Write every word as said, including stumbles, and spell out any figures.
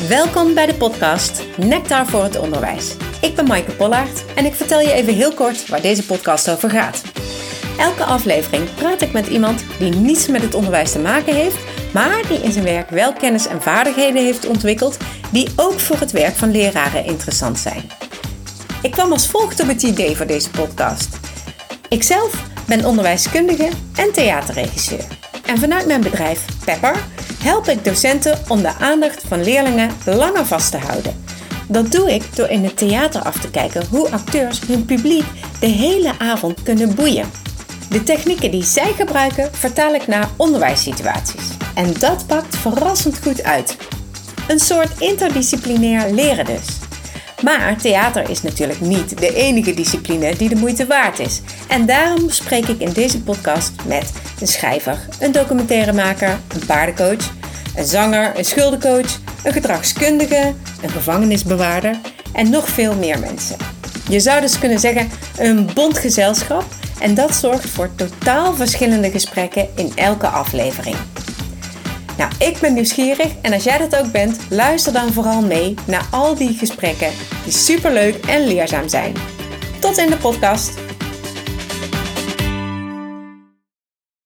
Welkom bij de podcast Nectar voor het onderwijs. Ik ben Maaike Pollaert en ik vertel je even heel kort waar deze podcast over gaat. Elke aflevering praat ik met iemand die niets met het onderwijs te maken heeft, maar die in zijn werk wel kennis en vaardigheden heeft ontwikkeld die ook voor het werk van leraren interessant zijn. Ik kwam als volgt op het idee voor deze podcast. Ikzelf ben onderwijskundige en theaterregisseur. En vanuit mijn bedrijf Pepper help ik docenten om de aandacht van leerlingen langer vast te houden. Dat doe ik door in het theater af te kijken hoe acteurs hun publiek de hele avond kunnen boeien. De technieken die zij gebruiken vertaal ik naar onderwijssituaties. En dat pakt verrassend goed uit. Een soort interdisciplinair leren dus. Maar theater is natuurlijk niet de enige discipline die de moeite waard is. En daarom spreek ik in deze podcast met een schrijver, een documentairemaker, een paardencoach, een zanger, een schuldencoach, een gedragskundige, een gevangenisbewaarder en nog veel meer mensen. Je zou dus kunnen zeggen een bont gezelschap en dat zorgt voor totaal verschillende gesprekken in elke aflevering. Nou, ik ben nieuwsgierig en als jij dat ook bent, luister dan vooral mee naar al die gesprekken die superleuk en leerzaam zijn. Tot in de podcast!